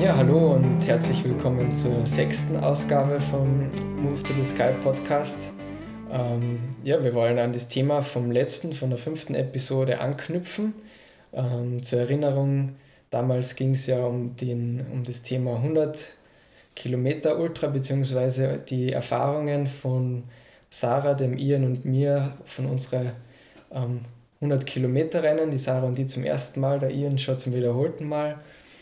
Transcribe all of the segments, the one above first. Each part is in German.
Ja, hallo und herzlich willkommen zur 6. Ausgabe vom Move to the Sky Podcast. Wir wollen an das Thema von der 5. Episode anknüpfen. Zur Erinnerung, damals ging es ja um das Thema 100 Kilometer Ultra, beziehungsweise die Erfahrungen von Sarah, dem Ian und mir von unseren 100 Kilometer Rennen. Die Sarah und die zum ersten Mal, der Ian schon zum wiederholten Mal.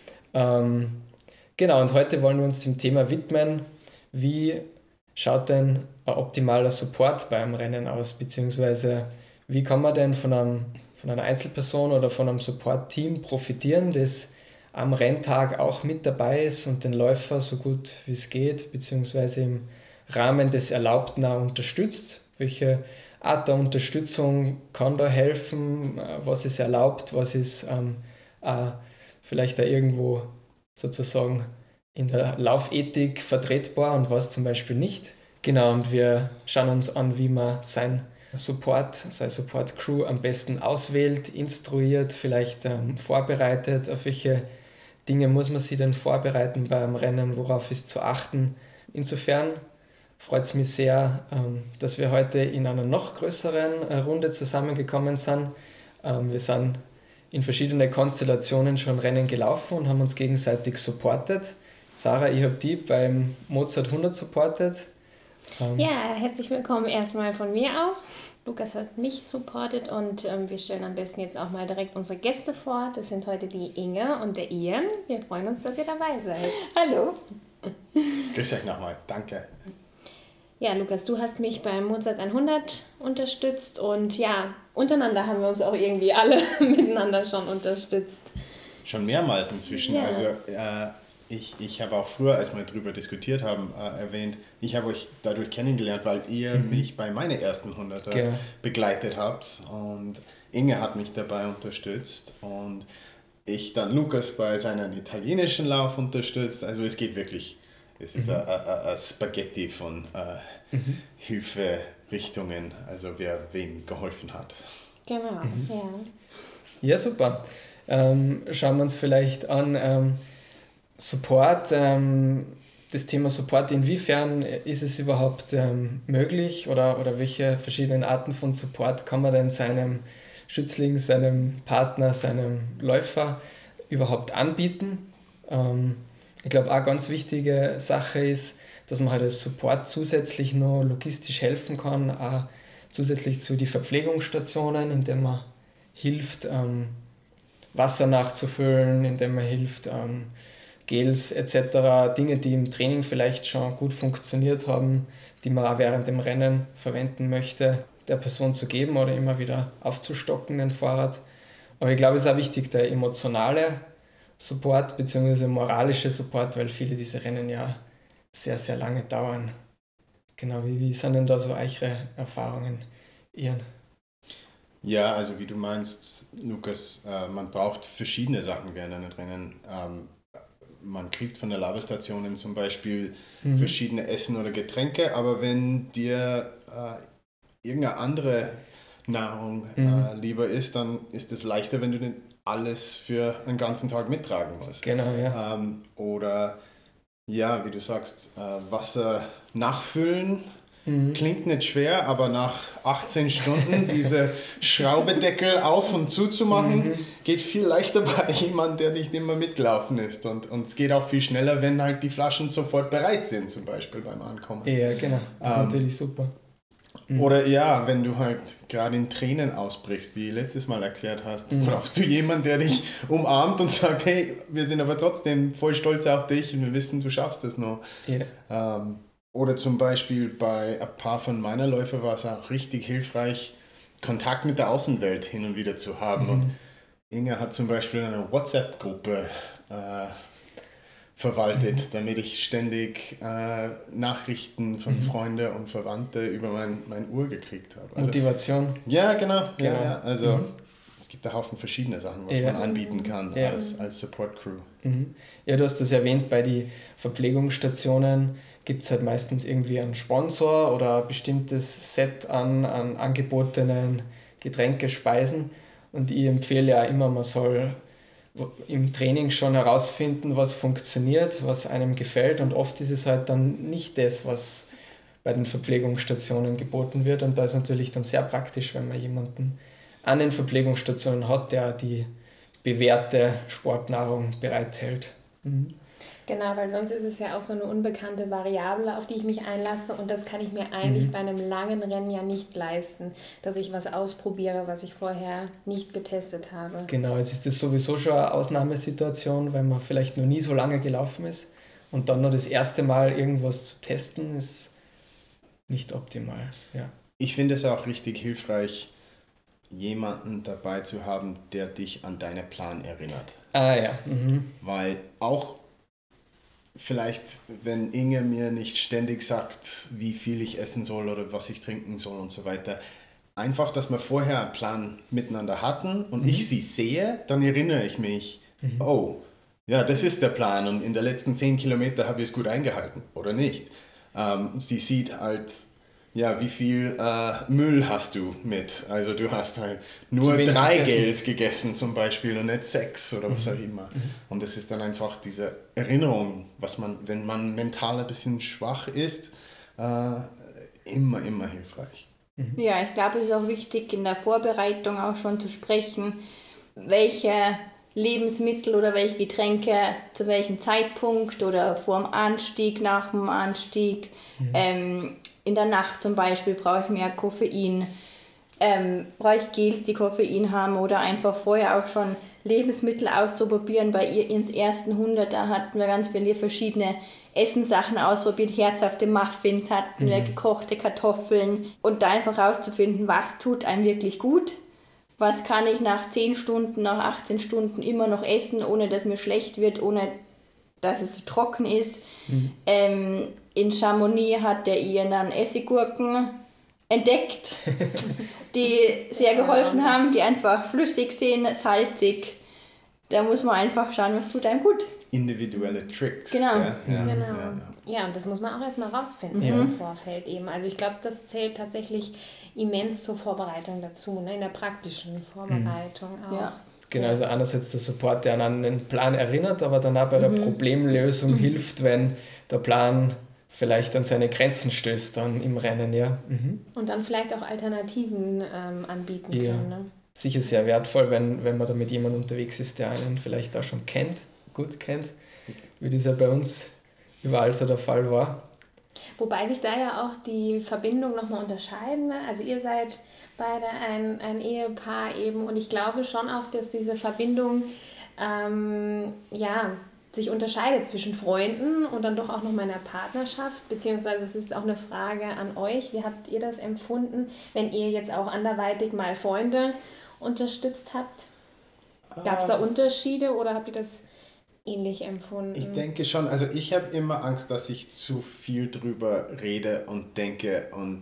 Genau, und heute wollen wir uns dem Thema widmen, wie schaut denn ein optimaler Support beim Rennen aus, beziehungsweise wie kann man denn von einer Einzelperson oder von einem Support-Team profitieren, das am Renntag auch mit dabei ist und den Läufer so gut wie es geht, beziehungsweise im Rahmen des Erlaubten auch unterstützt. Welche Art der Unterstützung kann da helfen, was ist erlaubt, was ist vielleicht da irgendwo sozusagen in der Laufethik vertretbar und was zum Beispiel nicht. Genau, und wir schauen uns an, wie man seine Support-Crew am besten auswählt, instruiert, vielleicht vorbereitet, auf welche Dinge muss man sich denn vorbereiten beim Rennen, worauf ist zu achten. Insofern freut es mich sehr, dass wir heute in einer noch größeren Runde zusammengekommen sind. Wir sind in verschiedene Konstellationen schon Rennen gelaufen und haben uns gegenseitig supportet. Sarah, ich habe die beim Mozart 100 supportet. Ja, herzlich willkommen erstmal von mir auch. Lukas hat mich supportet und wir stellen am besten jetzt auch mal direkt unsere Gäste vor. Das sind heute die Inge und der Ian. Wir freuen uns, dass ihr dabei seid. Hallo. Grüß euch nochmal, danke. Ja, Lukas, du hast mich beim Mozart 100 unterstützt und ja, untereinander haben wir uns auch irgendwie alle miteinander schon unterstützt. Schon mehrmals inzwischen. Ja. Also ich habe auch früher, als wir darüber diskutiert haben, erwähnt, ich habe euch dadurch kennengelernt, weil ihr mich bei meinen ersten 100er begleitet habt und Inge hat mich dabei unterstützt und ich dann Lukas bei seinem italienischen Lauf unterstützt. Also es geht wirklich. Es ist ein Spaghetti von Hilferichtungen, also wer wem geholfen hat. Genau, ja. Ja, super. Schauen wir uns vielleicht an Support. Das Thema Support, inwiefern ist es überhaupt möglich oder welche verschiedenen Arten von Support kann man denn seinem Schützling, seinem Partner, seinem Läufer überhaupt anbieten? Ich glaube, eine ganz wichtige Sache ist, dass man halt als Support zusätzlich noch logistisch helfen kann, auch zusätzlich zu den Verpflegungsstationen, indem man hilft, Wasser nachzufüllen, indem man hilft, Gels etc., Dinge, die im Training vielleicht schon gut funktioniert haben, die man auch während dem Rennen verwenden möchte, der Person zu geben oder immer wieder aufzustocken, den Vorrat. Aber ich glaube, es ist auch wichtig, der emotionale Support bzw. moralische Support, weil viele dieser Rennen ja sehr, sehr lange dauern. Genau, wie sind denn da so eure Erfahrungen, Ian? Ja, also wie du meinst, Lukas, man braucht verschiedene Sachen während einem Rennen. Man kriegt von der Laborstation zum Beispiel verschiedene Essen oder Getränke, aber wenn dir irgendeine andere Nahrung lieber ist, dann ist es leichter, wenn du nicht alles für einen ganzen Tag mittragen musst. Genau, ja. Oder ja, wie du sagst, Wasser nachfüllen. Klingt nicht schwer, aber nach 18 Stunden diese Schraubedeckel auf und zu machen, geht viel leichter bei jemandem, der nicht immer mitgelaufen ist. Und es geht auch viel schneller, wenn halt die Flaschen sofort bereit sind, zum Beispiel beim Ankommen. Ja, genau. Das ist natürlich super. Oder ja, wenn du halt gerade in Tränen ausbrichst, wie letztes Mal erklärt hast, brauchst du jemanden, der dich umarmt und sagt, hey, wir sind aber trotzdem voll stolz auf dich und wir wissen, du schaffst es noch. Ja. Oder zum Beispiel bei ein paar von meiner Läufer war es auch richtig hilfreich, Kontakt mit der Außenwelt hin und wieder zu haben. Und Inge hat zum Beispiel eine WhatsApp-Gruppe verwaltet, damit ich ständig Nachrichten von Freunden und Verwandten über mein Uhr gekriegt habe. Also, Motivation. Ja, genau. Ja. Also es gibt einen Haufen verschiedene Sachen, was man anbieten kann als Support-Crew. Ja, du hast das erwähnt, bei den Verpflegungsstationen gibt es halt meistens irgendwie einen Sponsor oder ein bestimmtes Set an angebotenen Getränke, Speisen. Und ich empfehle ja immer, man soll im Training schon herausfinden, was funktioniert, was einem gefällt, und oft ist es halt dann nicht das, was bei den Verpflegungsstationen geboten wird, und da ist natürlich dann sehr praktisch, wenn man jemanden an den Verpflegungsstationen hat, der die bewährte Sportnahrung bereithält. Mhm. Genau, weil sonst ist es ja auch so eine unbekannte Variable, auf die ich mich einlasse, und das kann ich mir eigentlich bei einem langen Rennen ja nicht leisten, dass ich was ausprobiere, was ich vorher nicht getestet habe. Genau, jetzt ist das sowieso schon eine Ausnahmesituation, weil man vielleicht noch nie so lange gelaufen ist, und dann noch das erste Mal irgendwas zu testen, ist nicht optimal. Ja. Ich finde es auch richtig hilfreich, jemanden dabei zu haben, der dich an deinen Plan erinnert. Ah ja. Mhm. Weil auch vielleicht, wenn Inge mir nicht ständig sagt, wie viel ich essen soll oder was ich trinken soll und so weiter, einfach, dass wir vorher einen Plan miteinander hatten und ich sie sehe, dann erinnere ich mich, oh, ja, das ist der Plan, und in den letzten 10 Kilometern habe ich es gut eingehalten oder nicht. Sie sieht halt, ja, wie viel Müll hast du mit? Also du hast halt nur 3 Gels gegessen zum Beispiel und nicht 6 oder was auch immer. Und das ist dann einfach diese Erinnerung, was man, wenn man mental ein bisschen schwach ist, immer hilfreich. Ja, ich glaube, es ist auch wichtig, in der Vorbereitung auch schon zu sprechen, welche Lebensmittel oder welche Getränke zu welchem Zeitpunkt oder vor dem Anstieg, nach dem Anstieg. In der Nacht zum Beispiel brauche ich mehr Koffein, brauche ich Gels, die Koffein haben, oder einfach vorher auch schon Lebensmittel auszuprobieren. Bei ihr ins ersten 100, da hatten wir ganz viele verschiedene Essenssachen ausprobiert, herzhafte Muffins hatten wir, gekochte Kartoffeln, und da einfach rauszufinden, was tut einem wirklich gut. Was kann ich nach 10 Stunden, nach 18 Stunden immer noch essen, ohne dass mir schlecht wird, ohne dass es zu trocken ist. In Chamonix hat der Ian dann Essiggurken entdeckt, die sehr geholfen haben, die einfach flüssig sind, salzig. Da muss man einfach schauen, was tut einem gut. Individuelle Tricks. Genau. Ja, und das muss man auch erstmal rausfinden im Vorfeld eben. Also ich glaube, das zählt tatsächlich immens zur Vorbereitung dazu, ne? In der praktischen Vorbereitung auch. Ja. Genau, also einerseits der Support, der an den Plan erinnert, aber dann auch bei der Problemlösung hilft, wenn der Plan vielleicht an seine Grenzen stößt dann im Rennen, ja. Und dann vielleicht auch Alternativen anbieten kann. Ne? Sicher sehr wertvoll, wenn man da mit jemandem unterwegs ist, der einen vielleicht auch schon gut kennt, wie das ja bei uns überall so der Fall war. Wobei sich da ja auch die Verbindungen nochmal unterscheiden. Ne? Also ihr seid beide ein Ehepaar eben, und ich glaube schon auch, dass diese Verbindung sich unterscheidet zwischen Freunden und dann doch auch noch meiner Partnerschaft, beziehungsweise es ist auch eine Frage an euch. Wie habt ihr das empfunden, wenn ihr jetzt auch anderweitig mal Freunde unterstützt habt? Gab es da Unterschiede oder habt ihr das ähnlich empfunden? Ich denke schon, also ich habe immer Angst, dass ich zu viel drüber rede und denke und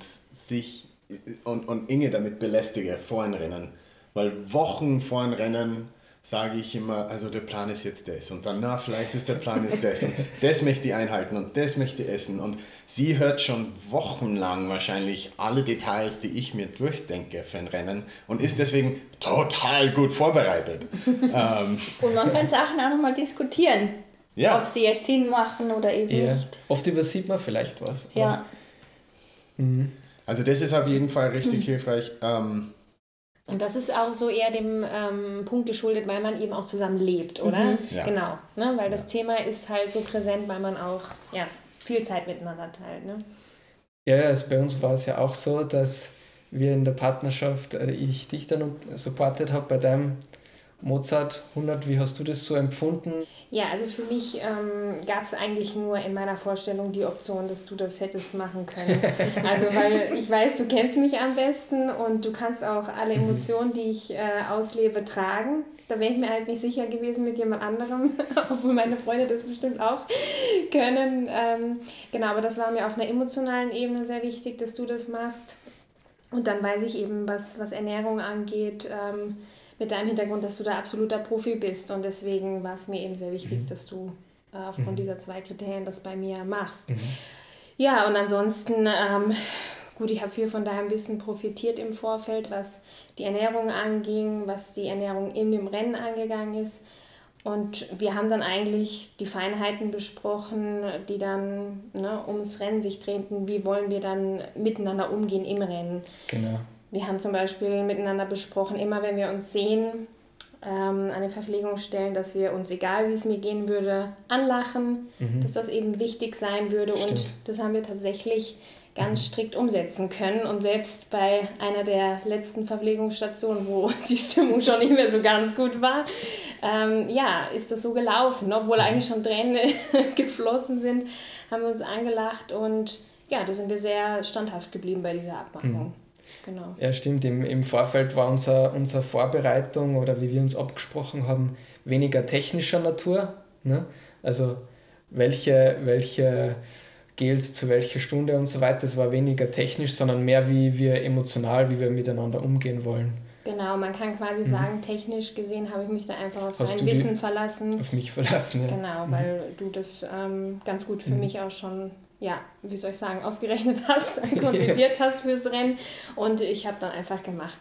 Inge damit belästige vor ein Rennen. Weil Wochen vor ein Rennen sage ich immer, also der Plan ist jetzt das, und dann, vielleicht ist der Plan jetzt das, und das möchte ich einhalten und das möchte ich essen, und sie hört schon wochenlang wahrscheinlich alle Details, die ich mir durchdenke für ein Rennen, und ist deswegen total gut vorbereitet. Und man kann Sachen auch nochmal diskutieren, ob sie jetzt Sinn machen oder eben nicht. Oft übersieht man vielleicht was. Ja. Also das ist auf jeden Fall richtig hilfreich. Und das ist auch so eher dem Punkt geschuldet, weil man eben auch zusammen lebt, oder? Ja. Genau, ne? Weil das Thema ist halt so präsent, weil man auch viel Zeit miteinander teilt. Ne? Ja, also bei uns war es ja auch so, dass wir in der Partnerschaft, ich dich dann supportet habe bei deinem Mozart 100. Wie hast du das so empfunden? Ja, also für mich gab es eigentlich nur in meiner Vorstellung die Option, dass du das hättest machen können. Also weil ich weiß, du kennst mich am besten und du kannst auch alle Emotionen, die ich auslebe, tragen. Da wäre ich mir halt nicht sicher gewesen mit jemand anderem, obwohl meine Freunde das bestimmt auch können. Genau, aber das war mir auf einer emotionalen Ebene sehr wichtig, dass du das machst. Und dann weiß ich eben, was Ernährung angeht, mit deinem Hintergrund, dass du da absoluter Profi bist. Und deswegen war es mir eben sehr wichtig, dass du aufgrund dieser 2 Kriterien das bei mir machst. Ja, und ansonsten, gut, ich habe viel von deinem Wissen profitiert im Vorfeld, was die Ernährung anging, was die Ernährung in dem Rennen angegangen ist. Und wir haben dann eigentlich die Feinheiten besprochen, die dann ums Rennen sich drehten. Wie wollen wir dann miteinander umgehen im Rennen? Genau. Wir haben zum Beispiel miteinander besprochen, immer wenn wir uns sehen, an den Verpflegungsstellen, dass wir uns, egal wie es mir gehen würde, anlachen, dass das eben wichtig sein würde. Stimmt. Und das haben wir tatsächlich ganz strikt umsetzen können. Und selbst bei einer der letzten Verpflegungsstationen, wo die Stimmung schon nicht mehr so ganz gut war, ist das so gelaufen. Obwohl eigentlich schon Tränen geflossen sind, haben wir uns angelacht und ja, da sind wir sehr standhaft geblieben bei dieser Abmachung. Genau. Ja, stimmt. Im Vorfeld war unsere Vorbereitung oder wie wir uns abgesprochen haben, weniger technischer Natur. Ne? Also welche Gels zu welcher Stunde und so weiter. Das war weniger technisch, sondern mehr wie wir emotional, wie wir miteinander umgehen wollen. Genau, man kann quasi sagen, technisch gesehen habe ich mich da einfach auf dein Wissen verlassen. Auf mich verlassen, ja. Genau, weil du das ganz gut für mich auch schon, ausgerechnet hast, konzipiert hast fürs Rennen und ich habe dann einfach gemacht.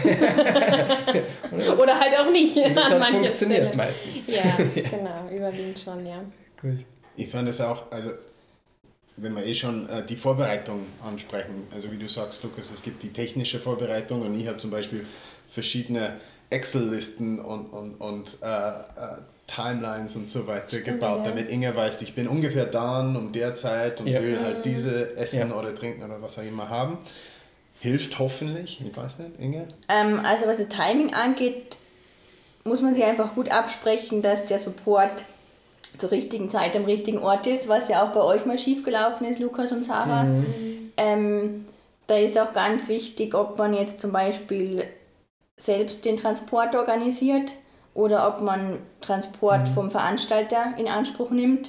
Oder halt auch nicht. Und das hat funktioniert meistens. Ja, genau, überwiegend schon, ja. Gut. Ich fand es auch, also wenn wir schon die Vorbereitung ansprechen, also wie du sagst, Lukas, es gibt die technische Vorbereitung und ich habe zum Beispiel verschiedene Excel-Listen und Timelines und so weiter gebaut, damit Inge weiß, ich bin ungefähr dann um der Zeit und will halt diese essen oder trinken oder was auch immer haben. Hilft hoffentlich, ich weiß nicht, Inge? Also was das Timing angeht, muss man sich einfach gut absprechen, dass der Support zur richtigen Zeit am richtigen Ort ist, was ja auch bei euch mal schief gelaufen ist, Lukas und Sarah. Da ist auch ganz wichtig, ob man jetzt zum Beispiel selbst den Transport organisiert oder ob man Transport vom Veranstalter in Anspruch nimmt.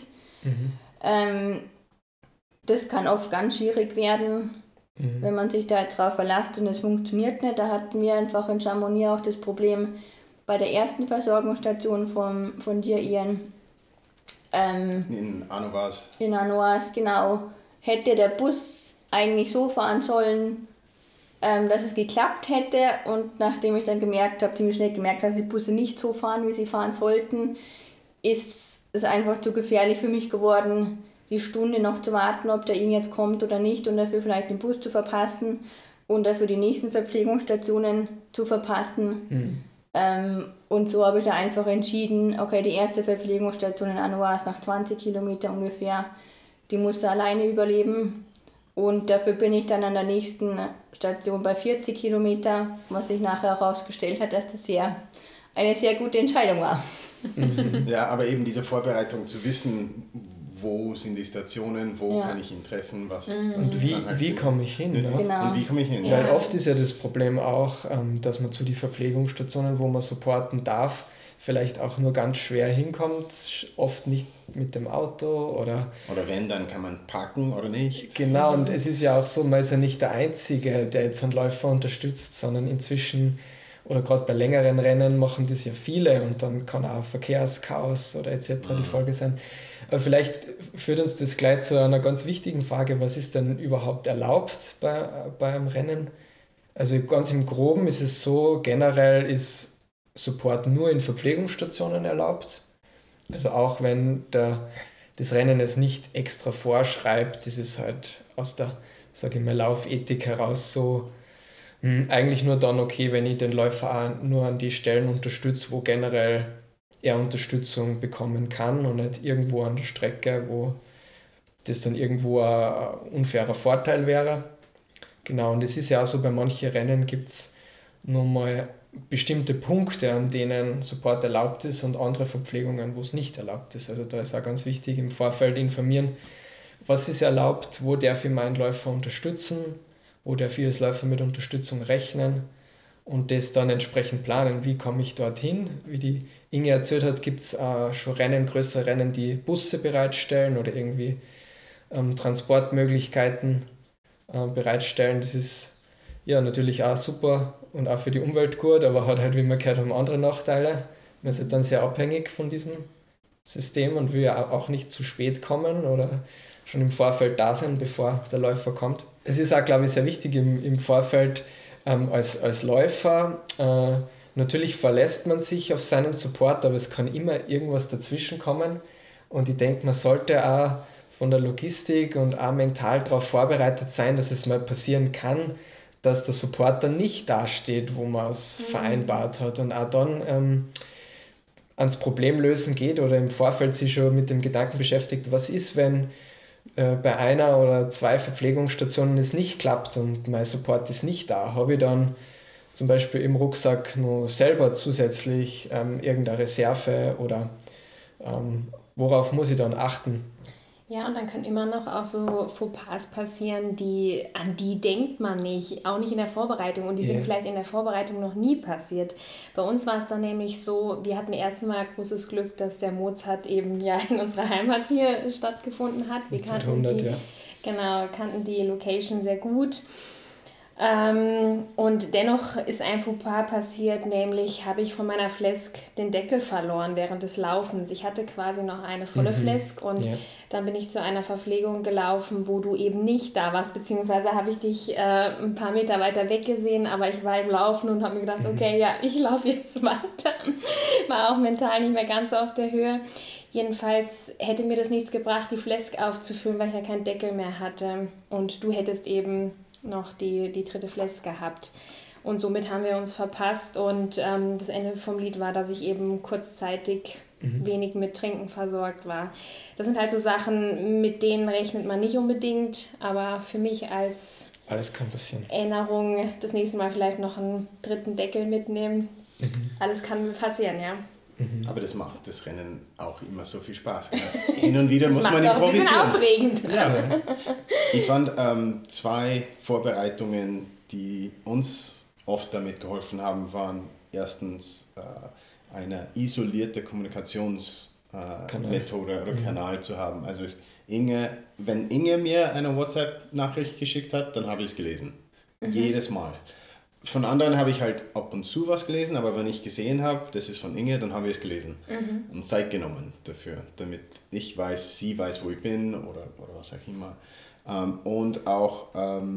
Das kann oft ganz schwierig werden, wenn man sich da jetzt drauf verlässt und es funktioniert nicht. Da hatten wir einfach in Chamonix auch das Problem bei der ersten Versorgungsstation von dir, Ian. In Anoas. In Anoas, genau. Hätte der Bus eigentlich so fahren sollen, dass es geklappt hätte, und nachdem ich dann ziemlich schnell gemerkt habe, dass die Busse nicht so fahren, wie sie fahren sollten, ist es einfach zu gefährlich für mich geworden, die Stunde noch zu warten, ob der Ihnen jetzt kommt oder nicht, und dafür vielleicht den Bus zu verpassen und dafür die nächsten Verpflegungsstationen zu verpassen. Und so habe ich da einfach entschieden, okay, die erste Verpflegungsstation in Anoas nach 20 Kilometer ungefähr, die musste alleine überleben. Und dafür bin ich dann an der nächsten Station bei 40 Kilometer, was sich nachher herausgestellt hat, dass das eine sehr gute Entscheidung war. Ja, aber eben diese Vorbereitung zu wissen, wo sind die Stationen, wo kann ich ihn treffen, was und wie komme ich hin? Ne? Genau. Und wie komme ich hin? Weil oft ist ja das Problem auch, dass man zu den Verpflegungsstationen, wo man supporten darf, vielleicht auch nur ganz schwer hinkommt, oft nicht mit dem Auto oder wenn, dann kann man parken oder nicht. Genau, und es ist ja auch so, man ist ja nicht der Einzige, der jetzt einen Läufer unterstützt, sondern inzwischen, oder gerade bei längeren Rennen machen das ja viele, und dann kann auch Verkehrschaos oder etc. die Folge sein. Aber vielleicht führt uns das gleich zu einer ganz wichtigen Frage: Was ist denn überhaupt erlaubt bei einem Rennen? Also ganz im Groben ist es so, generell ist Support nur in Verpflegungsstationen erlaubt. Also auch wenn das Rennen es nicht extra vorschreibt, ist es halt aus der, sage ich mal, Laufethik heraus so, eigentlich nur dann okay, wenn ich den Läufer auch nur an die Stellen unterstütze, wo generell er Unterstützung bekommen kann, und nicht irgendwo an der Strecke, wo das dann irgendwo ein unfairer Vorteil wäre. Genau, und es ist ja auch so, bei manchen Rennen gibt es nur mal bestimmte Punkte, an denen Support erlaubt ist, und andere Verpflegungen, wo es nicht erlaubt ist. Also da ist auch ganz wichtig, im Vorfeld informieren, was ist erlaubt, wo darf ich meinen Läufer unterstützen, wo darf ich als Läufer mit Unterstützung rechnen, und das dann entsprechend planen, wie komme ich dorthin. Wie die Inge erzählt hat, gibt es schon größere Rennen, die Busse bereitstellen oder irgendwie Transportmöglichkeiten bereitstellen. Das ist ja natürlich auch super und auch für die Umwelt gut, aber hat halt, wie wir gehört haben, andere Nachteile. Man ist halt dann sehr abhängig von diesem System und will ja auch nicht zu spät kommen oder schon im Vorfeld da sein, bevor der Läufer kommt. Es ist auch, glaube ich, sehr wichtig im Vorfeld als Läufer natürlich verlässt man sich auf seinen Support, aber es kann immer irgendwas dazwischen kommen. Und ich denke, man sollte auch von der Logistik und auch mental darauf vorbereitet sein, dass es mal passieren kann, dass der Support dann nicht dasteht, wo man es vereinbart hat. Und auch dann ans Problemlösen geht oder im Vorfeld sich schon mit dem Gedanken beschäftigt, was ist, wenn bei einer oder 2 Verpflegungsstationen es nicht klappt und mein Support ist nicht da. Habe ich dann zum Beispiel im Rucksack nur selber zusätzlich irgendeine Reserve oder worauf muss ich dann achten? Ja, und dann können immer noch auch so Fauxpas passieren, an die denkt man nicht, auch nicht in der Vorbereitung und die sind vielleicht in der Vorbereitung noch nie passiert. Bei uns war es dann nämlich so, wir hatten erst mal großes Glück, dass der Mozart eben ja in unserer Heimat hier stattgefunden hat. Wir kannten die Location sehr gut. Und dennoch ist ein Fauxpas passiert, nämlich habe ich von meiner Flask den Deckel verloren während des Laufens. Ich hatte quasi noch eine volle Flask und dann bin ich zu einer Verpflegung gelaufen, wo du eben nicht da warst, beziehungsweise habe ich dich ein paar Meter weiter weg gesehen, aber ich war im Laufen und habe mir gedacht, okay, ja, ich laufe jetzt weiter. War auch mental nicht mehr ganz so auf der Höhe. Jedenfalls hätte mir das nichts gebracht, die Flask aufzufüllen, weil ich ja keinen Deckel mehr hatte und du hättest eben noch die 3. Flask gehabt. Und somit haben wir uns verpasst und das Ende vom Lied war, dass ich eben kurzzeitig wenig mit Trinken versorgt war. Das sind halt so Sachen, mit denen rechnet man nicht unbedingt, aber für mich als alles kann passieren. Erinnerung das nächste Mal vielleicht noch einen 3. Deckel mitnehmen. Alles kann passieren, ja. Aber das macht das Rennen auch immer so viel Spaß. Genau. Hin und wieder muss man improvisieren. Das macht auch ein bisschen aufregend. Ja. Ich fand 2 Vorbereitungen, die uns oft damit geholfen haben, waren erstens eine isolierte Kommunikationsmethode oder Kanal zu haben. Also wenn Inge mir eine WhatsApp-Nachricht geschickt hat, dann habe ich es gelesen. Jedes Mal. Von anderen habe ich halt ab und zu was gelesen, aber wenn ich gesehen habe, das ist von Inge, dann habe ich es gelesen und Zeit genommen dafür, damit ich weiß, sie weiß, wo ich bin oder was auch immer. Und auch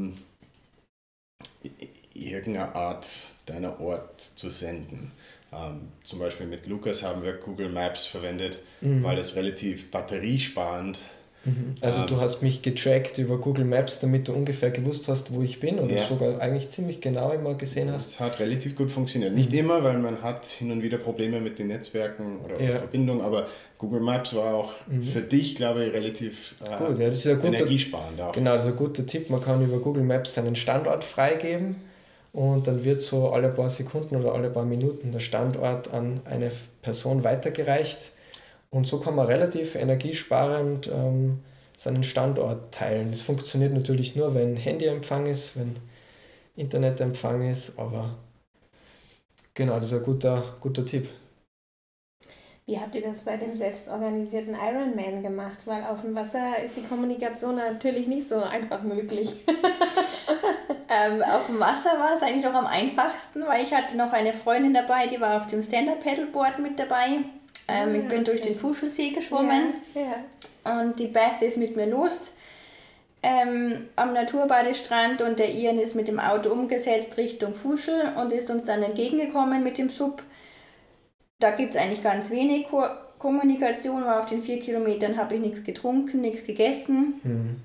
irgendeine Art deiner Ort zu senden. Zum Beispiel mit Lukas haben wir Google Maps verwendet, weil es relativ batteriesparend. Also du hast mich getrackt über Google Maps, damit du ungefähr gewusst hast, wo ich bin oder sogar eigentlich ziemlich genau immer gesehen hast. Das hat relativ gut funktioniert. Nicht immer, weil man hat hin und wieder Probleme mit den Netzwerken oder Verbindungen, aber Google Maps war auch für dich, glaube ich, relativ gut, das ist energiesparend. Auch. Genau, das ist ein guter Tipp. Man kann über Google Maps seinen Standort freigeben und dann wird so alle paar Sekunden oder alle paar Minuten der Standort an eine Person weitergereicht. Und so kann man relativ energiesparend seinen Standort teilen. Das funktioniert natürlich nur, wenn Handyempfang ist, wenn Internetempfang ist, aber genau, das ist ein guter Tipp. Wie habt ihr das bei dem selbstorganisierten Ironman gemacht? Weil auf dem Wasser ist die Kommunikation natürlich nicht so einfach möglich. Auf dem Wasser war es eigentlich noch am einfachsten, weil ich hatte noch eine Freundin dabei, die war auf dem Stand-Up-Paddleboard mit dabei. Ich bin durch den Fuschelsee geschwommen und die Beth ist mit mir los am Naturbadestrand und der Ian ist mit dem Auto umgesetzt Richtung Fuschel und ist uns dann entgegengekommen mit dem Sub. Da gibt es eigentlich ganz wenig Kommunikation, weil auf den 4 Kilometern habe ich nichts getrunken, nichts gegessen.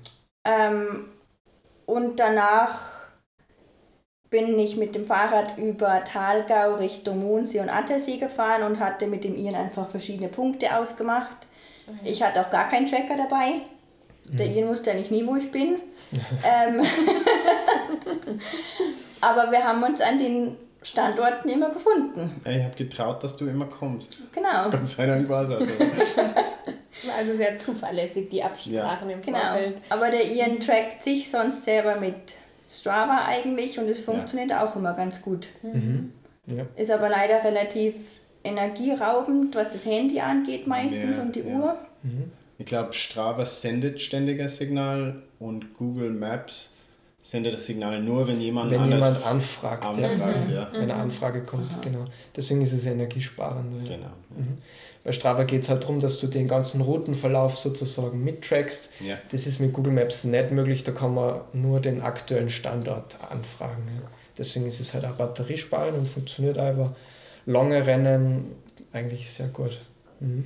Und danach bin ich mit dem Fahrrad über Thalgau Richtung Mondsee und Attersee gefahren und hatte mit dem Ian einfach verschiedene Punkte ausgemacht. Ich hatte auch gar keinen Tracker dabei. Der Ian wusste eigentlich nie, wo ich bin. Aber wir haben uns an den Standorten immer gefunden. Ich habe getraut, dass du immer kommst. Genau. Gott sei Dank war es also. Es war also sehr zuverlässig, die Absprachen im Vorfeld. Aber der Ian trackt sich sonst selber mit Strava eigentlich und es funktioniert auch immer ganz gut. Ist aber leider relativ energieraubend, was das Handy angeht meistens und die Uhr. Ich glaube, Strava sendet ständig ein Signal und Google Maps sendet das Signal nur, wenn jemand anfragt. Wenn eine Anfrage kommt, genau. Deswegen ist es energiesparend. Genau. Bei Strava geht es halt darum, dass du den ganzen Routenverlauf sozusagen mittrackst. Das ist mit Google Maps nicht möglich, da kann man nur den aktuellen Standort anfragen. Deswegen ist es halt auch batteriesparend und funktioniert einfach lange Rennen eigentlich sehr gut. Mhm.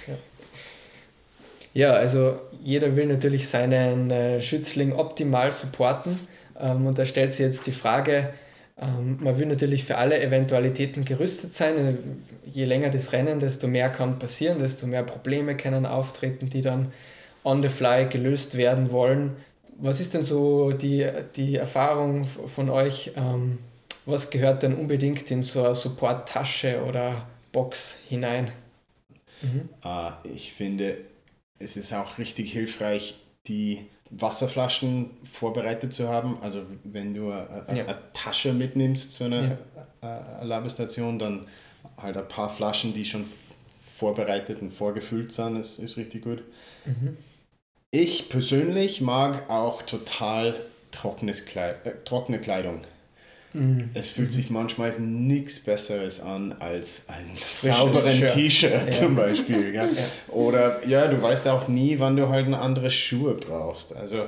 Ja, also jeder will natürlich seinen Schützling optimal supporten und da stellt sich jetzt die Frage, man will natürlich für alle Eventualitäten gerüstet sein. Je länger das Rennen, desto mehr kann passieren, desto mehr Probleme können auftreten, die dann on the fly gelöst werden wollen. Was ist denn so die Erfahrung von euch? Was gehört denn unbedingt in so eine Support-Tasche oder Box hinein? Mhm. Ich finde, es ist auch richtig hilfreich, die Wasserflaschen vorbereitet zu haben. Also wenn du eine Tasche mitnimmst zu einer Labestation, dann halt ein paar Flaschen, die schon vorbereitet und vorgefüllt sind, ist richtig gut. Mhm. Ich persönlich mag auch total trockene Kleidung. Mhm. Es fühlt sich manchmal nichts Besseres an als ein sauberen T-Shirt zum Beispiel. Ja. Oder du weißt auch nie, wann du halt eine andere Schuhe brauchst. Also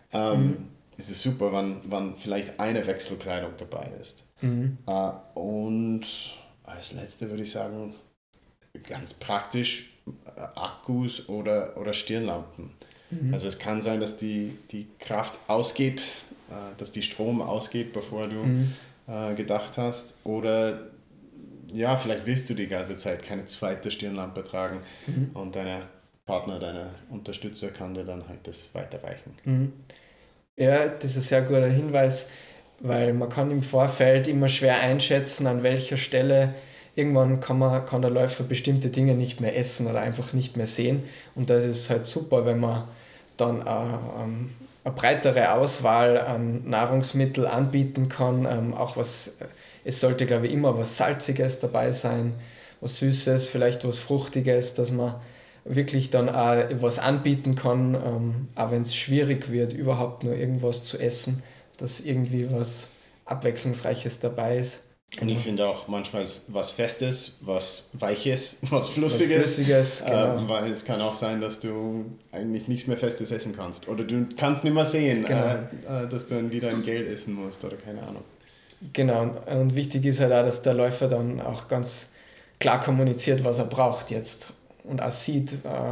es ist super, wann vielleicht eine Wechselkleidung dabei ist. Mhm. Und als Letzte würde ich sagen, ganz praktisch Akkus oder Stirnlampen. Mhm. Also es kann sein, dass die Kraft ausgeht, dass die Strom ausgeht, bevor du gedacht hast. Oder vielleicht willst du die ganze Zeit keine zweite Stirnlampe tragen und deine Partner, deine Unterstützer kann dir dann halt das weiterreichen. Mhm. Ja, das ist ein sehr guter Hinweis, weil man kann im Vorfeld immer schwer einschätzen, an welcher Stelle irgendwann kann der Läufer bestimmte Dinge nicht mehr essen oder einfach nicht mehr sehen. Und das ist halt super, wenn man dann eine breitere Auswahl an Nahrungsmitteln anbieten kann. Es sollte, glaube ich, immer was Salziges dabei sein, was Süßes, vielleicht was Fruchtiges, dass man wirklich dann auch was anbieten kann, auch wenn es schwierig wird, überhaupt nur irgendwas zu essen, dass irgendwie was Abwechslungsreiches dabei ist. Und ich finde auch manchmal was Festes, was Weiches, was Flüssiges, genau. Weil es kann auch sein, dass du eigentlich nichts mehr Festes essen kannst. Oder du kannst nicht mehr sehen, dass du dann wieder ein Gel essen musst oder keine Ahnung. Genau, und wichtig ist halt auch, dass der Läufer dann auch ganz klar kommuniziert, was er braucht jetzt und auch sieht,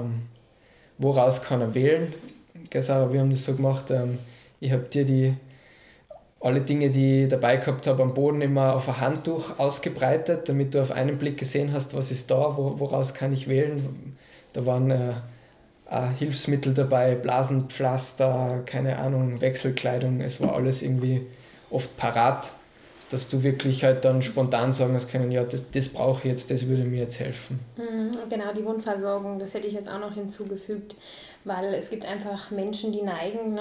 woraus kann er wählen. Sarah, wir haben das so gemacht, ich habe dir alle Dinge, die ich dabei gehabt habe, am Boden immer auf ein Handtuch ausgebreitet, damit du auf einen Blick gesehen hast, was ist da, woraus kann ich wählen. Da waren Hilfsmittel dabei, Blasenpflaster, keine Ahnung, Wechselkleidung, es war alles irgendwie oft parat, dass du wirklich halt dann spontan sagen hast können, ja, das brauche ich jetzt, das würde mir jetzt helfen. Genau, die Wundversorgung, das hätte ich jetzt auch noch hinzugefügt, weil es gibt einfach Menschen, die neigen,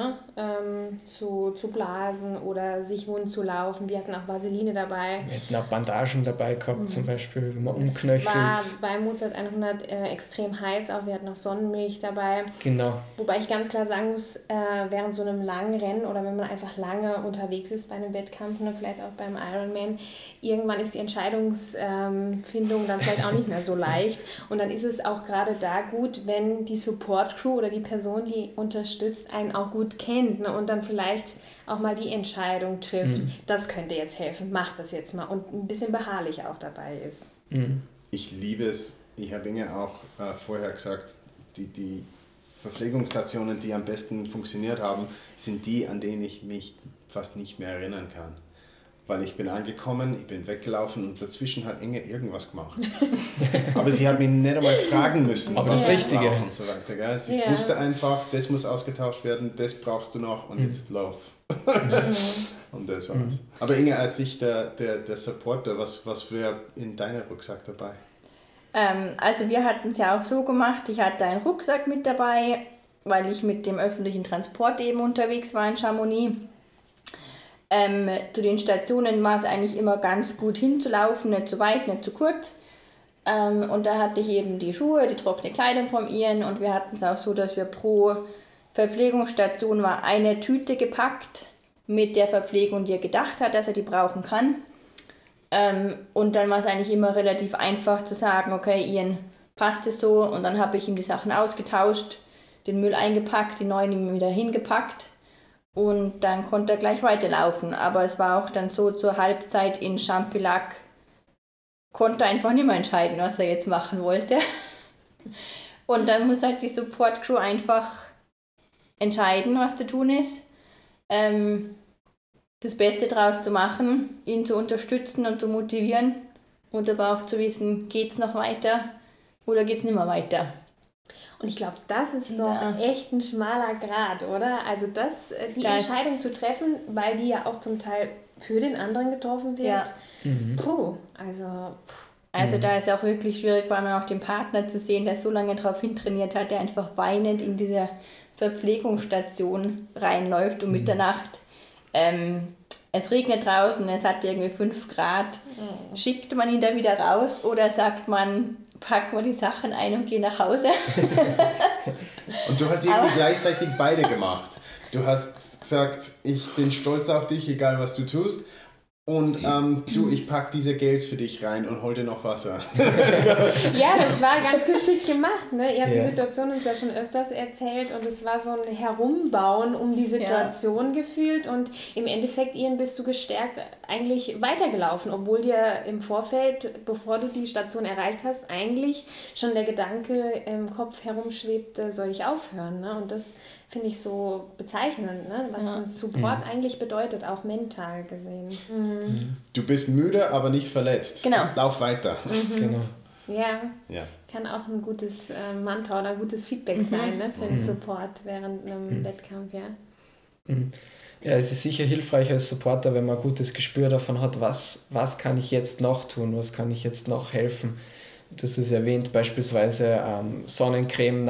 zu blasen oder sich wund zu laufen. Wir hatten auch Vaseline dabei. Wir hatten auch Bandagen dabei gehabt, zum Beispiel, wenn man umknöchelt. Es war bei Mozart 100 extrem heiß, auch wir hatten noch Sonnenmilch dabei. Genau. Wobei ich ganz klar sagen muss, während so einem langen Rennen oder wenn man einfach lange unterwegs ist bei einem Wettkampf, vielleicht auch beim Ironman, irgendwann ist die Entscheidungsfindung dann vielleicht auch nicht mehr so leicht. Und dann ist es auch gerade da gut, wenn die Support-Crew oder die Person, die unterstützt, einen auch gut kennt, und dann vielleicht auch mal die Entscheidung trifft, das könnte jetzt helfen, mach das jetzt mal, und ein bisschen beharrlich auch dabei ist. Ich liebe es, ich habe Inge auch vorher gesagt, die Verpflegungsstationen, die am besten funktioniert haben, sind die, an denen ich mich fast nicht mehr erinnern kann. Weil ich bin angekommen, ich bin weggelaufen und dazwischen hat Inge irgendwas gemacht. Aber sie hat mich nicht einmal fragen müssen, aber das Richtige und so weiter. Gell? Sie wusste einfach, das muss ausgetauscht werden, das brauchst du noch und jetzt lauf. Und das war's. Aber Inge, als Sicht der Supporter, was wäre in deinem Rucksack dabei? Also wir hatten es ja auch so gemacht, ich hatte einen Rucksack mit dabei, weil ich mit dem öffentlichen Transport eben unterwegs war in Chamonix. Zu den Stationen war es eigentlich immer ganz gut hinzulaufen, nicht zu weit, nicht zu kurz. Und da hatte ich eben die Schuhe, die trockene Kleidung von Ian, und wir hatten es auch so, dass wir pro Verpflegungsstation war eine Tüte gepackt mit der Verpflegung, die er gedacht hat, dass er die brauchen kann. Und dann war es eigentlich immer relativ einfach zu sagen, okay, Ian, passt es so? Und dann habe ich ihm die Sachen ausgetauscht, den Müll eingepackt, die neuen ihm wieder hingepackt. Und dann konnte er gleich weiterlaufen. Aber es war auch dann so zur Halbzeit in Champillac konnte einfach nicht mehr entscheiden, was er jetzt machen wollte. Und dann muss halt die Support Crew einfach entscheiden, was zu tun ist. Das Beste draus zu machen, ihn zu unterstützen und zu motivieren und aber auch zu wissen, geht es noch weiter oder geht es nicht mehr weiter. Und ich glaube, das ist doch echt ein schmaler Grat, oder? Also die Entscheidung zu treffen, weil die ja auch zum Teil für den anderen getroffen wird. Ja. Puh, also da ist es auch wirklich schwierig, vor allem auch den Partner zu sehen, der so lange darauf hintrainiert hat, der einfach weinend in diese Verpflegungsstation reinläuft um Mitternacht. Es regnet draußen, es hat irgendwie 5 Grad. Schickt man ihn da wieder raus oder sagt man, packen wir die Sachen ein und gehen nach Hause? Und du hast irgendwie gleichzeitig beide gemacht. Du hast gesagt, ich bin stolz auf dich, egal was du tust. Und ich pack diese Gels für dich rein und hol dir noch Wasser. Ja, das war ganz geschickt gemacht. Ne? Ihr habt die Situation uns ja schon öfters erzählt und es war so ein Herumbauen um die Situation gefühlt und im Endeffekt, Ian, bist du gestärkt eigentlich weitergelaufen, obwohl dir im Vorfeld, bevor du die Station erreicht hast, eigentlich schon der Gedanke im Kopf herumschwebte, soll ich aufhören? Ne? Und das finde ich so bezeichnend, ne? Was ein Support eigentlich bedeutet, auch mental gesehen. Du bist müde, aber nicht verletzt. Genau. Lauf weiter. Genau. Ja, kann auch ein gutes Mantra oder ein gutes Feedback sein, ne? Für den Support während einem Wettkampf, Ja, es ist sicher hilfreich als Supporter, wenn man ein gutes Gespür davon hat, was kann ich jetzt noch tun, was kann ich jetzt noch helfen. Du hast es erwähnt, beispielsweise Sonnencreme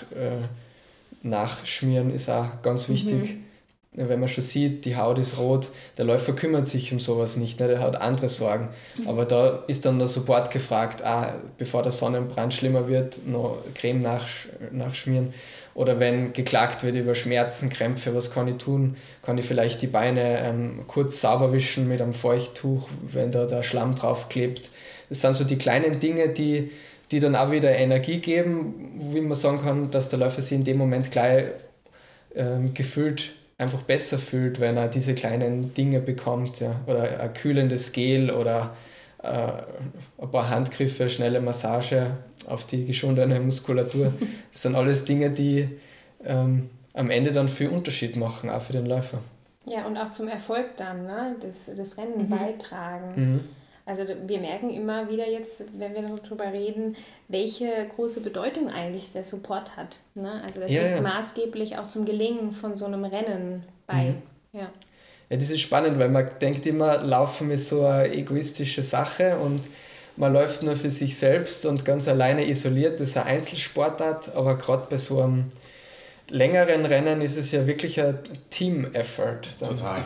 nachschmieren ist auch ganz wichtig. Wenn man schon sieht, die Haut ist rot, der Läufer kümmert sich um sowas nicht, ne? Der hat andere Sorgen. Aber da ist dann der Support gefragt, bevor der Sonnenbrand schlimmer wird, noch Creme nachschmieren. Oder wenn geklagt wird über Schmerzen, Krämpfe, was kann ich tun? Kann ich vielleicht die Beine kurz sauber wischen mit einem Feuchttuch, wenn da der Schlamm drauf klebt? Das sind so die kleinen Dinge, die dann auch wieder Energie geben, wie man sagen kann, dass der Läufer sich in dem Moment gleich gefühlt einfach besser fühlt, wenn er diese kleinen Dinge bekommt, ja. Oder ein kühlendes Gel oder ein paar Handgriffe, schnelle Massage auf die geschundene Muskulatur. Das sind alles Dinge, die am Ende dann viel Unterschied machen, auch für den Läufer. Ja, und auch zum Erfolg dann, ne? das Rennen beitragen. Also wir merken immer wieder jetzt, wenn wir darüber reden, welche große Bedeutung eigentlich der Support hat. Ne? Also das trägt maßgeblich auch zum Gelingen von so einem Rennen bei. Ja, das ist spannend, weil man denkt immer, Laufen ist so eine egoistische Sache und man läuft nur für sich selbst und ganz alleine isoliert. Das ist eine Einzelsportart, aber gerade bei so einem längeren Rennen ist es ja wirklich ein Team-Effort. Total.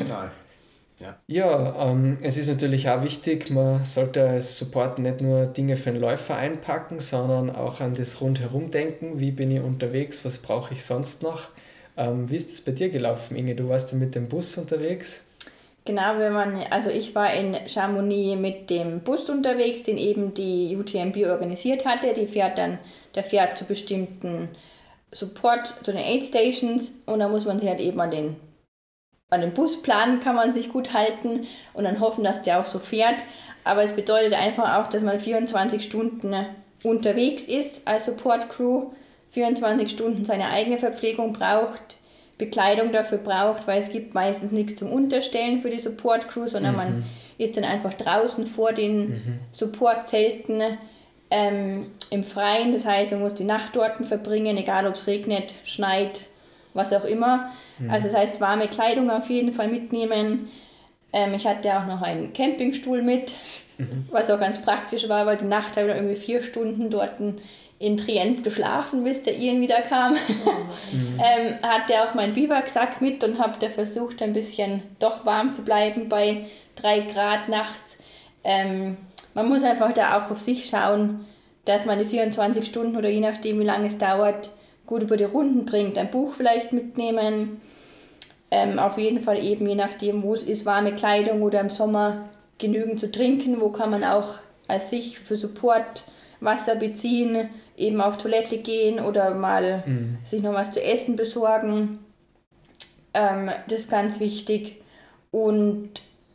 Ja, es ist natürlich auch wichtig, man sollte als Support nicht nur Dinge für den Läufer einpacken, sondern auch an das Rundherum denken. Wie bin ich unterwegs, was brauche ich sonst noch? Wie ist es bei dir gelaufen, Inge? Du warst ja mit dem Bus unterwegs? Genau, ich war in Chamonix mit dem Bus unterwegs, den eben die UTMB organisiert hatte. Der fährt zu bestimmten Support, zu den Aid Stations und da muss man sich halt eben an den Busplan kann man sich gut halten und dann hoffen, dass der auch so fährt. Aber es bedeutet einfach auch, dass man 24 Stunden unterwegs ist als Support Crew, 24 Stunden seine eigene Verpflegung braucht, Bekleidung dafür braucht, weil es gibt meistens nichts zum Unterstellen für die Support Crew, sondern man ist dann einfach draußen vor den Support-Zelten im Freien. Das heißt, man muss die Nacht dort verbringen, egal ob es regnet, schneit, was auch immer. Also das heißt, warme Kleidung auf jeden Fall mitnehmen. Ich hatte auch noch einen Campingstuhl mit, was auch ganz praktisch war, weil die Nacht habe ich irgendwie 4 Stunden dort in Trient geschlafen, bis der Ian wieder kam. Hatte auch meinen Biwaksack mit und habe da versucht, ein bisschen doch warm zu bleiben bei 3 Grad nachts. Man muss einfach da auch auf sich schauen, dass man die 24 Stunden oder je nachdem, wie lange es dauert, gut über die Runden bringt. Ein Buch vielleicht mitnehmen. Auf jeden Fall eben, je nachdem, wo es ist, warme Kleidung oder im Sommer genügend zu trinken. Wo kann man auch als sich für Support Wasser beziehen, eben auf Toilette gehen oder mal sich noch was zu essen besorgen. Das ist ganz wichtig. Und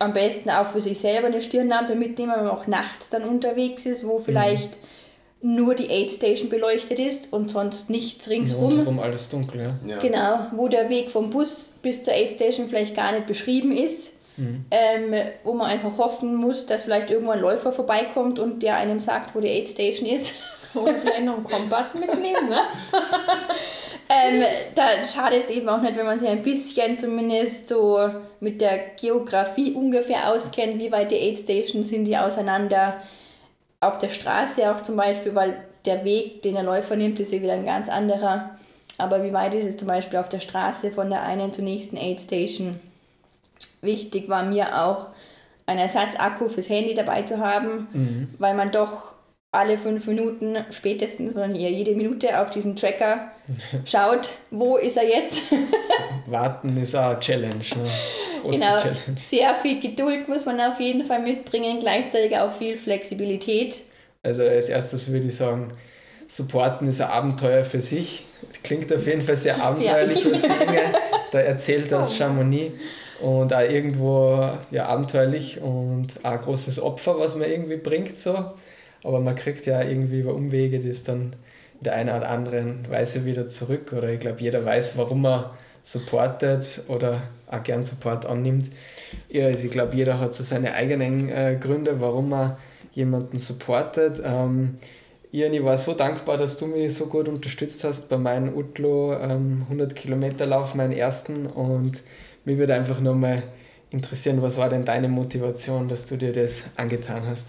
am besten auch für sich selber eine Stirnlampe mitnehmen, wenn man auch nachts dann unterwegs ist, wo vielleicht nur die Aid Station beleuchtet ist und sonst nichts ringsrum. Rundherum alles dunkel, ja. Genau, wo der Weg vom Bus bis zur Aid Station vielleicht gar nicht beschrieben ist, wo man einfach hoffen muss, dass vielleicht irgendwo ein Läufer vorbeikommt und der einem sagt, wo die Aid Station ist. Oder vielleicht noch einen Kompass mitnehmen, ne? Da schadet es eben auch nicht, wenn man sich ein bisschen zumindest so mit der Geografie ungefähr auskennt, wie weit die Aid Stations sind, die auseinander. Auf der Straße auch zum Beispiel, weil der Weg, den der Läufer nimmt, ist ja wieder ein ganz anderer. Aber wie weit ist es zum Beispiel auf der Straße von der einen zur nächsten Aid Station? Wichtig war mir auch, einen Ersatzakku fürs Handy dabei zu haben, weil man doch alle 5 Minuten spätestens, sondern eher jede Minute auf diesen Tracker schaut, wo ist er jetzt? Warten ist auch eine Challenge. Ne? Genau, Challenge. Sehr viel Geduld muss man auf jeden Fall mitbringen, gleichzeitig auch viel Flexibilität. Also als erstes würde ich sagen, Supporten ist ein Abenteuer für sich. Klingt auf jeden Fall sehr abenteuerlich, was die Inge da erzählt aus Chamonix. Und auch irgendwo abenteuerlich und auch ein großes Opfer, was man irgendwie bringt. So. Aber man kriegt ja irgendwie über Umwege das dann in der einen oder anderen Weise wieder zurück. Oder ich glaube, jeder weiß, warum er supportet oder auch gern Support annimmt. Ja, also ich glaube, jeder hat so seine eigenen Gründe, warum er jemanden supportet. Ian, ich war so dankbar, dass du mich so gut unterstützt hast bei meinem Utlo 100-Kilometer-Lauf, meinen ersten. Und mich würde einfach nochmal interessieren, was war denn deine Motivation, dass du dir das angetan hast?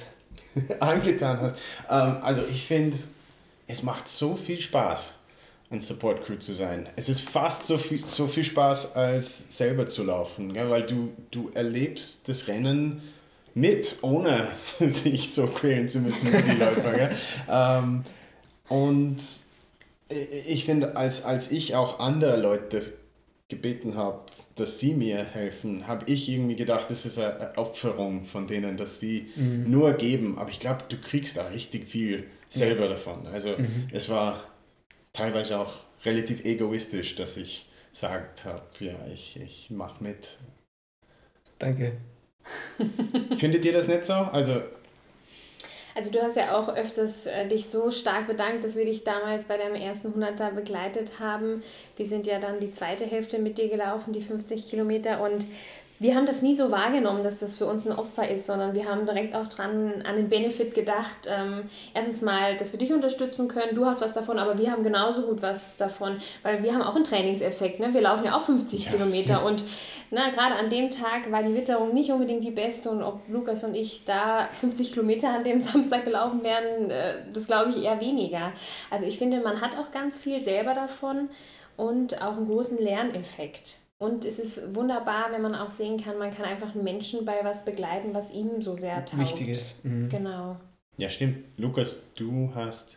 Also ich finde, es macht so viel Spaß, ein Support Crew zu sein. Es ist fast so viel Spaß, als selber zu laufen, gell? Weil du erlebst das Rennen mit, ohne sich so quälen zu müssen wie die Läufer. Gell? Und ich finde, als ich auch andere Leute gebeten habe, dass sie mir helfen, habe ich irgendwie gedacht, das ist eine Opferung von denen, dass sie nur geben. Aber ich glaube, du kriegst da richtig viel selber davon. Also es war teilweise auch relativ egoistisch, dass ich gesagt habe, ja, ich mache mit. Danke. Findet ihr das nicht so? Also du hast ja auch öfters dich so stark bedankt, dass wir dich damals bei deinem ersten 100er begleitet haben. Wir sind ja dann die zweite Hälfte mit dir gelaufen, die 50 Kilometer, und wir haben das nie so wahrgenommen, dass das für uns ein Opfer ist, sondern wir haben direkt auch an den Benefit gedacht. Erstens mal, dass wir dich unterstützen können, du hast was davon, aber wir haben genauso gut was davon, weil wir haben auch einen Trainingseffekt. Ne? Wir laufen ja auch 50 Kilometer stimmt. Und gerade an dem Tag war die Witterung nicht unbedingt die beste, und ob Lukas und ich da 50 Kilometer an dem Samstag gelaufen wären, das glaube ich eher weniger. Also ich finde, man hat auch ganz viel selber davon und auch einen großen Lerneffekt. Und es ist wunderbar, wenn man auch sehen kann, man kann einfach einen Menschen bei was begleiten, was ihm so sehr taugt. Wichtig ist. Mhm. Genau. Ja, stimmt. Lukas, du hast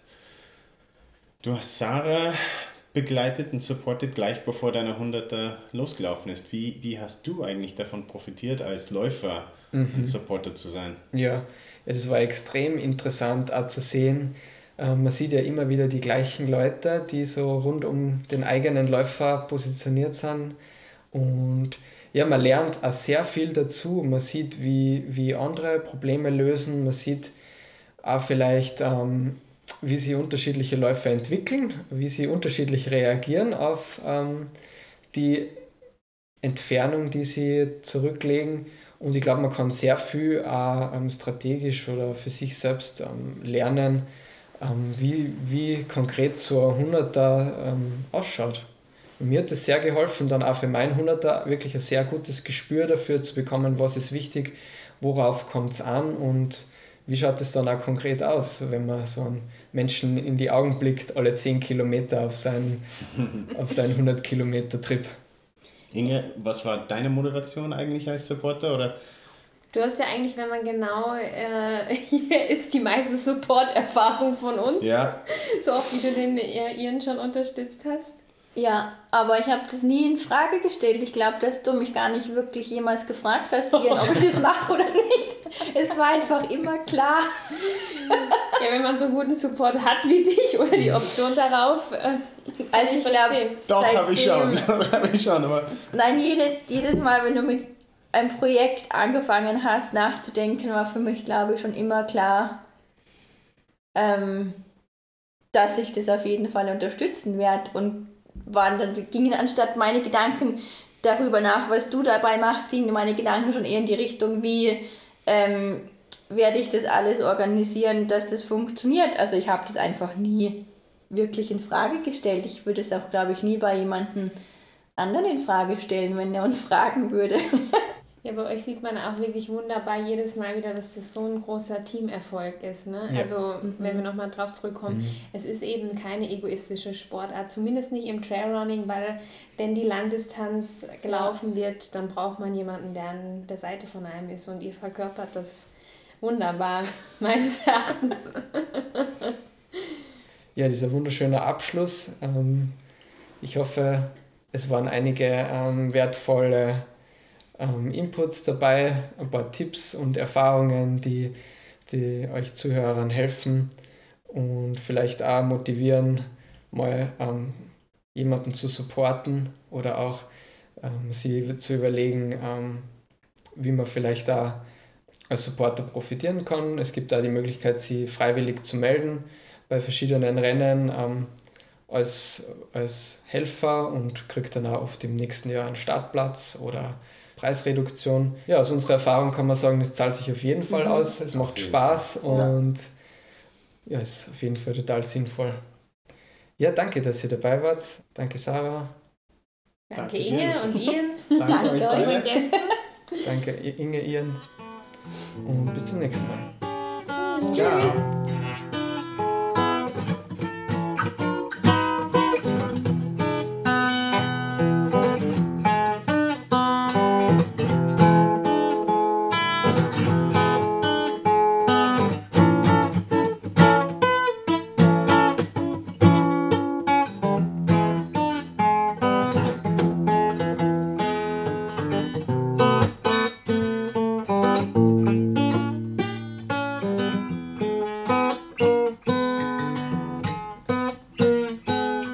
Sarah begleitet und supportet gleich bevor deine 100er losgelaufen ist. Wie hast du eigentlich davon profitiert, als Läufer ein Supporter zu sein? Ja, das war extrem interessant auch zu sehen. Man sieht ja immer wieder die gleichen Leute, die so rund um den eigenen Läufer positioniert sind. Und ja, man lernt auch sehr viel dazu. Man sieht, wie andere Probleme lösen. Man sieht auch vielleicht, wie sich unterschiedliche Läufer entwickeln, wie sie unterschiedlich reagieren auf die Entfernung, die sie zurücklegen. Und ich glaube, man kann sehr viel auch strategisch oder für sich selbst lernen, wie konkret so ein 100er ausschaut. Und mir hat das sehr geholfen, dann auch für meinen 100er wirklich ein sehr gutes Gespür dafür zu bekommen, was ist wichtig, worauf kommt es an und wie schaut es dann auch konkret aus, wenn man so einen Menschen in die Augen blickt, alle 10 Kilometer auf seinen 100-Kilometer-Trip. Inge, was war deine Moderation eigentlich als Supporter? Oder? Du hast ja eigentlich, wenn man genau hier ist, die meiste Support-Erfahrung von uns. Ja. So oft, wie du den Ian schon unterstützt hast. Ja, aber ich habe das nie in Frage gestellt. Ich glaube, dass du mich gar nicht wirklich jemals gefragt hast, Ian, ob ich das mache oder nicht. Es war einfach immer klar. Ja, wenn man so einen guten Support hat wie dich oder die Option darauf, also ich glaube, doch, habe ich schon. Aber nein, jedes Mal, wenn du mit ein Projekt angefangen hast nachzudenken, war für mich, glaube ich, schon immer klar, dass ich das auf jeden Fall unterstützen werde. Und gingen anstatt meine Gedanken darüber nach, was du dabei machst, gingen meine Gedanken schon eher in die Richtung, wie werde ich das alles organisieren, dass das funktioniert. Also ich habe das einfach nie wirklich in Frage gestellt. Ich würde es auch, glaube ich, nie bei jemandem anderen in Frage stellen, wenn er uns fragen würde. Ja, bei euch sieht man auch wirklich wunderbar jedes Mal wieder, dass das so ein großer Teamerfolg ist. Ne? Ja. Also wenn wir nochmal drauf zurückkommen, es ist eben keine egoistische Sportart, zumindest nicht im Trailrunning, weil wenn die Langdistanz gelaufen wird, dann braucht man jemanden, der an der Seite von einem ist, und ihr verkörpert das wunderbar, meines Erachtens. Ja, dieser wunderschöne Abschluss. Ich hoffe, es waren einige wertvolle Inputs dabei, ein paar Tipps und Erfahrungen, die euch Zuhörern helfen und vielleicht auch motivieren, mal jemanden zu supporten oder auch sie zu überlegen, wie man vielleicht da als Supporter profitieren kann. Es gibt da die Möglichkeit, sie freiwillig zu melden bei verschiedenen Rennen als Helfer und kriegt dann auch oft im nächsten Jahr einen Startplatz oder Preisreduktion. Ja, aus unserer Erfahrung kann man sagen, es zahlt sich auf jeden Fall aus, es macht Spaß und ja, ist auf jeden Fall total sinnvoll. Ja, danke, dass ihr dabei wart. Danke, Sarah. Danke Inge und Ian. Danke euch Gästen. Danke Inge, Ian. Und bis zum nächsten Mal. Tschüss.